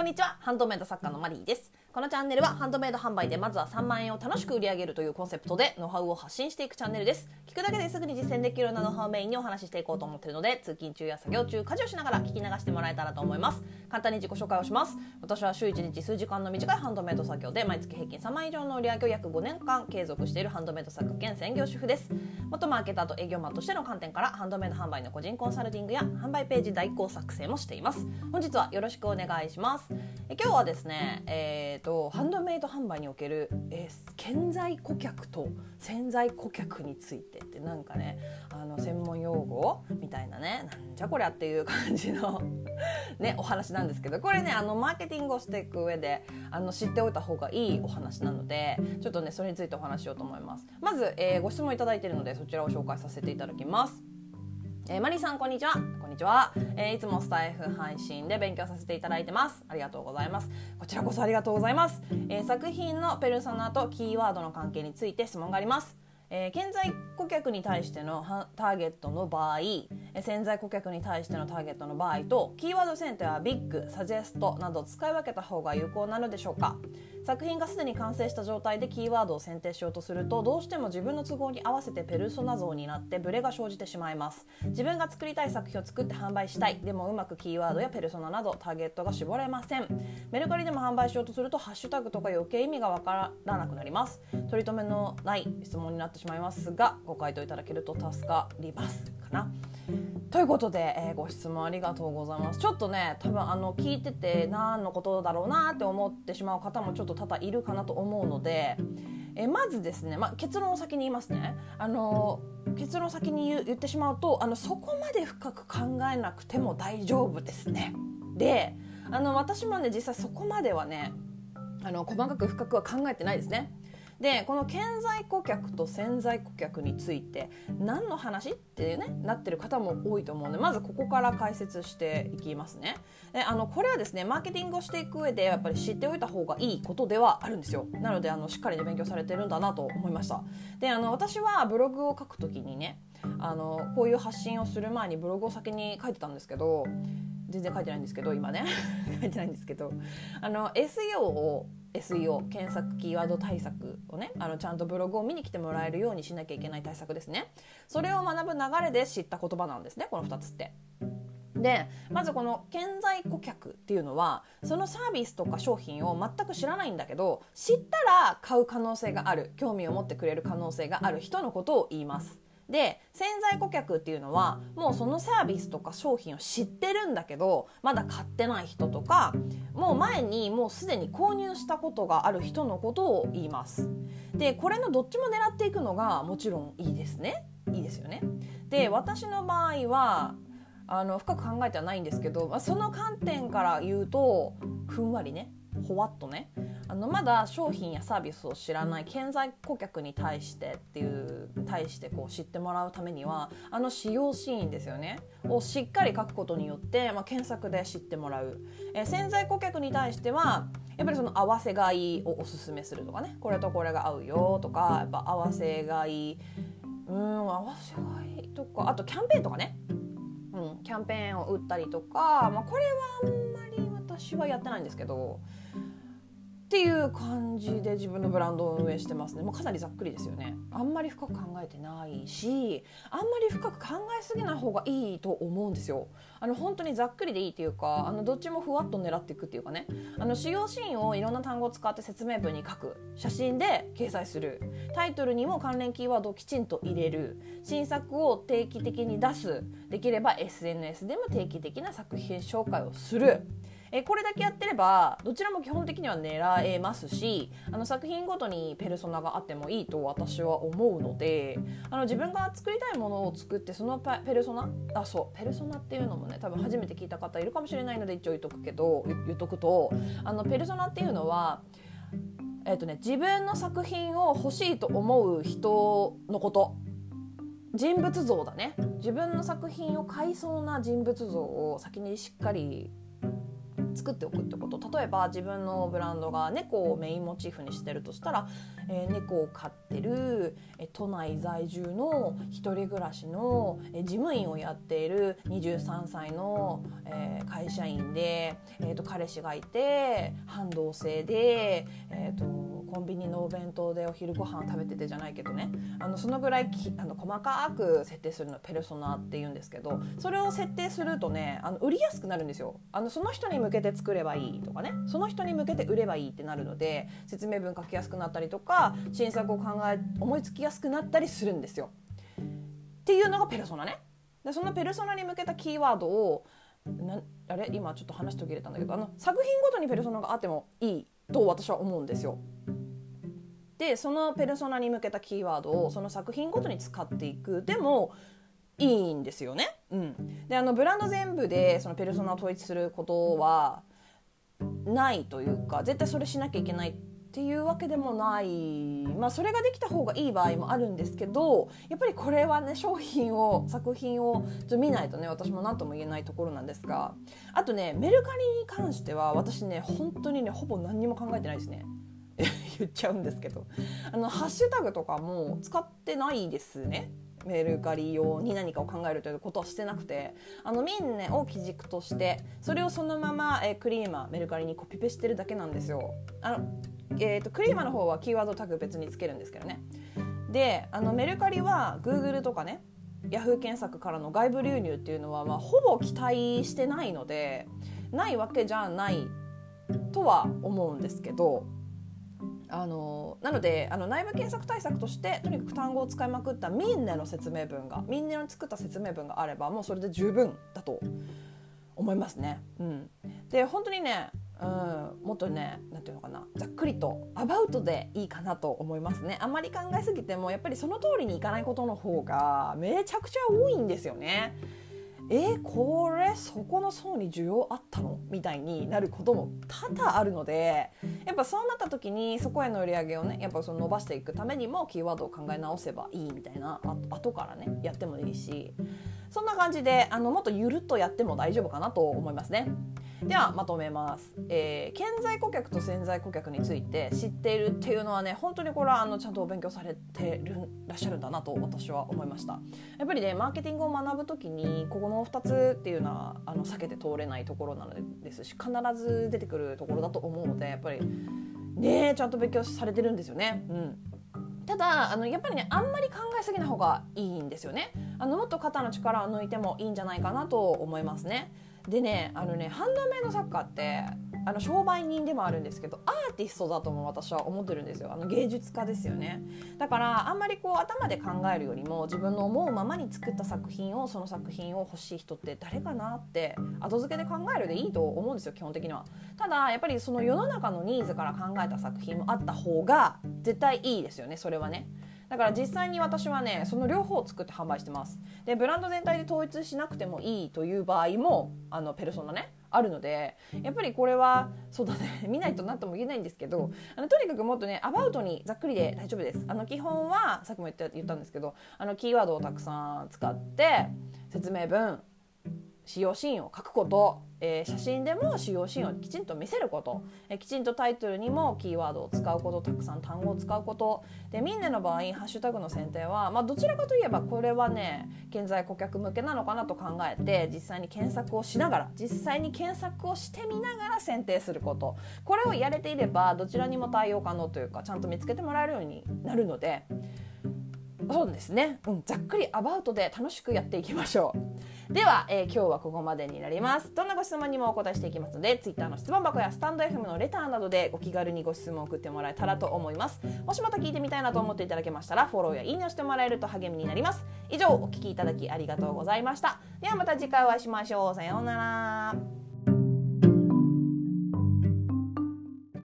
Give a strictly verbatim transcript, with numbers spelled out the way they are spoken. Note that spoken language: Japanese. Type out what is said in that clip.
こんにちは、ハンドメイド作家のマリーです。このチャンネルはハンドメイド販売でまずはさんまんえんを楽しく売り上げるというコンセプトでノウハウを発信していくチャンネルです。聞くだけですぐに実践できるようなノウハウをメインにお話ししていこうと思っているので、通勤中や作業中、家事をしながら聞き流してもらえたらと思います。簡単に自己紹介をします。私は週いちにち数時間の短いハンドメイド作業で毎月平均さんまんえん以上の売り上げを約ごねんかん継続しているハンドメイド作家兼専業主婦です。元マーケターと営業マンとしての観点からハンドメイド販売の個人コンサルティングや販売ページ代行作成もしています。本日はよろしくお願いします。え今日はですね、えーと、ハンドメイド販売における、えー、顕在顧客と潜在顧客についてってなんかね、あの専門用語みたいなね、なんじゃこりゃっていう感じのね、お話なんですけど、これね、あのマーケティングをしていく上であの知っておいた方がいいお話なので、ちょっとねそれについてお話ししようと思います。まず、えー、ご質問いただいているのでそちらを紹介させていただきます。えー、マリさんこんにちは。こんにちは、えー、いつもスタイフ配信で勉強させていただいてます。ありがとうございます。こちらこそありがとうございます。えー、作品のペルソナとキーワードの関係について質問があります。えー、潜在顧客に対してのターゲットの場合、えー、潜在顧客に対してのターゲットの場合とキーワード選定はビッグ、サジェストなど使い分けた方が有効なのでしょうか。作品がすでに完成した状態でキーワードを選定しようとすると、どうしても自分の都合に合わせてペルソナ像になってブレが生じてしまいます。自分が作りたい作品を作って販売したい、でもうまくキーワードやペルソナなどターゲットが絞れません。メルカリでも販売しようとするとハッシュタグとか余計意味がわからなくなります。取り留めのない質問になってしまいますが、ご回答いただけると助かりますかな。ということで、えー、ご質問ありがとうございます。ちょっとね、多分あの聞いてて何のことだろうなって思ってしまう方もちょっと多々いるかなと思うので、えー、まずですね、まあ、結論を先に言いますね。あの結論を先に 言, 言ってしまうと、あのそこまで深く考えなくても大丈夫ですね。で、あの私もね実際そこまではね、あの細かく深くは考えてないですね。で、この潜在顧客と潜在顧客について何の話っていうねなってる方も多いと思うので、まずここから解説していきますね。で、あのこれはですねマーケティングをしていく上でやっぱり知っておいた方がいいことではあるんですよ。なのであのしっかりね勉強されてるんだなと思いました。で、あの私はブログを書くときにね、あのこういう発信をする前にブログを先に書いてたんですけど、全然書いてないんですけど今ね書いてないんですけど、あの エスイーオー をエスイーオー 検索キーワード対策をね、あのちゃんとブログを見に来てもらえるようにしなきゃいけない対策ですね。それを学ぶ流れで知った言葉なんですね、このふたつって。で、まずこの潜在顧客っていうのは、そのサービスとか商品を全く知らないんだけど、知ったら買う可能性がある、興味を持ってくれる可能性がある人のことを言います。で、潜在顧客っていうのはもうそのサービスとか商品を知ってるんだけどまだ買ってない人とか、もう前にもうすでに購入したことがある人のことを言います。で、これのどっちも狙っていくのがもちろんいいですね。いいですよね。で、私の場合はあの深く考えてはないんですけど、その観点から言うとふんわりね、ほわっとね、あのまだ商品やサービスを知らない潜在顧客に対してっていう対してこう知ってもらうためには、あの使用シーンですよねをしっかり書くことによって、まあ、検索で知ってもらう。えー、潜在顧客に対してはやっぱりその合わせ買いをおすすめするとかね、これとこれが合うよとか、やっぱ合わせ買い、うーん合わせ買いとか、あとキャンペーンとかね、うん、キャンペーンを打ったりとか、まあ、これはあんまり私はやってないんですけどっていう感じで自分のブランドを運営してますね。もうかなりざっくりですよね。あんまり深く考えてないし、あんまり深く考えすぎない方がいいと思うんですよ。あの本当にざっくりでいいっていうか、あのどっちもふわっと狙っていくっていうかね、あの使用シーンをいろんな単語を使って説明文に書く、写真で掲載する、タイトルにも関連キーワードをきちんと入れる、新作を定期的に出す、できれば エスエヌエス でも定期的な作品紹介をする。えこれだけやってればどちらも基本的には狙えますし、あの作品ごとにペルソナがあってもいいと私は思うので、あの自分が作りたいものを作って、そのペルソナあそうペルソナっていうのもね多分初めて聞いた方いるかもしれないので一応言っとくけど言っとくと、あのペルソナっていうのはえっとね自分の作品を欲しいと思う人のこと、人物像だね。自分の作品を買いそうな人物像を先にしっかり作っておくってこと。例えば自分のブランドが猫をメインモチーフにしてるとしたら、えー、猫を飼ってる、えー、都内在住の一人暮らしの、えー、事務員をやっているにじゅうさんさいの、えー、会社員で、えー、と彼氏がいて半同棲で、えー、とコンビニのお弁当でお昼ご飯食べててじゃないけどね、あのそのぐらいきあの細かく設定するのペルソナっていうんですけど、それを設定するとね、あの売りやすくなるんですよ。あのその人に向けて作ればいいとかね、その人に向けて売ればいいってなるので、説明文書きやすくなったりとか、新作を考え思いつきやすくなったりするんですよっていうのがペルソナね。でそのペルソナに向けたキーワードをなあれ今ちょっと話途切れたんだけど、あの作品ごとにペルソナがあってもいいと私は思うんですよ。でそのペルソナに向けたキーワードをその作品ごとに使っていくでもいいんですよね。うん、であのブランド全部でそのペルソナを統一することはないというか、絶対それしなきゃいけないっていうわけでもない、まあ、それができた方がいい場合もあるんですけど、やっぱりこれはね、商品を作品をちょっと見ないとね、私も何とも言えないところなんですが、あとね、メルカリに関しては私ね、本当にね、ほぼ何にも考えてないですね言っちゃうんですけど、あのハッシュタグとかも使ってないですね。メルカリ用に何かを考えるということはしてなくて、あのミンネを基軸としてそれをそのまま、えー、クリーマメルカリにコピペしてるだけなんですよ。あの、えーと、クリーマの方はキーワードタグ別につけるんですけどね。であのメルカリは Google とかね、ヤフー検索からの外部流入っていうのは、まあ、ほぼ期待してないので、ないわけじゃないとは思うんですけど、あのなのであの内部検索対策としてとにかく単語を使いまくったミンネの説明文がミンネの作った説明文があればもうそれで十分だと思いますね。うん、で本当にね、うん、もっとね、なんていうのかな、ざっくりとアバウトでいいかなと思いますね。あんまり考えすぎてもやっぱりその通りにいかないことの方がめちゃくちゃ多いんですよね。えー、これそこの層に需要あったのみたいになることも多々あるので、やっぱそうなった時にそこへの売り上げをね、やっぱその伸ばしていくためにもキーワードを考え直せばいいみたいな、あ後からねやってもいいし、そんな感じであのもっとゆるっとやっても大丈夫かなと思いますね。ではまとめます、えー、顕在顧客と潜在顧客について知っているっていうのはね、本当にこれはあのちゃんとお勉強されてるらっしゃるんだなと私は思いました。やっぱりね、マーケティングを学ぶときにここのふたつっていうのはあの避けて通れないところなのですし、必ず出てくるところだと思うので、やっぱりねちゃんと勉強されてるんですよね。うん、ただあのやっぱりね、あんまり考えすぎな方がいいんですよね。あのもっと肩の力を抜いてもいいんじゃないかなと思いますね。でね、あのね、ハンドメイド作家ってあの商売人でもあるんですけど、アーティストだとも私は思ってるんですよ。あの芸術家ですよね。だからあんまりこう頭で考えるよりも、自分の思うままに作った作品を、その作品を欲しい人って誰かなって後付けで考えるでいいと思うんですよ、基本的には。ただやっぱりその世の中のニーズから考えた作品もあった方が絶対いいですよね、それはね。だから実際に私はね、その両方を作って販売してます。でブランド全体で統一しなくてもいいという場合もあのペルソナねあるので、やっぱりこれはそうだね、見ないと何とも言えないんですけど、あのとにかくもっとねアバウトにざっくりで大丈夫です。あの基本はさっきも言った、言ったんですけど、あのキーワードをたくさん使って説明文、使用シーンを書くこと、えー、写真でも使用シーンをきちんと見せること、えー、きちんとタイトルにもキーワードを使うこと、たくさん単語を使うことで、ミンネの場合ハッシュタグの選定は、まあ、どちらかといえばこれはね顕在顧客向けなのかなと考えて、実際に検索をしながら実際に検索をしてみながら選定すること、これをやれていればどちらにも対応可能というか、ちゃんと見つけてもらえるようになるので、そうですね、うん、ざっくりアバウトで楽しくやっていきましょう。では、えー、今日はここまでになります。どんなご質問にもお答えしていきますので、Twitter の質問箱やスタンド エフエム のレターなどでご気軽にご質問を送ってもらえたらと思います。もしまた聞いてみたいなと思っていただけましたら、フォローやいいねをしてもらえると励みになります。以上、お聞きいただきありがとうございました。ではまた次回お会いしましょう。さようなら。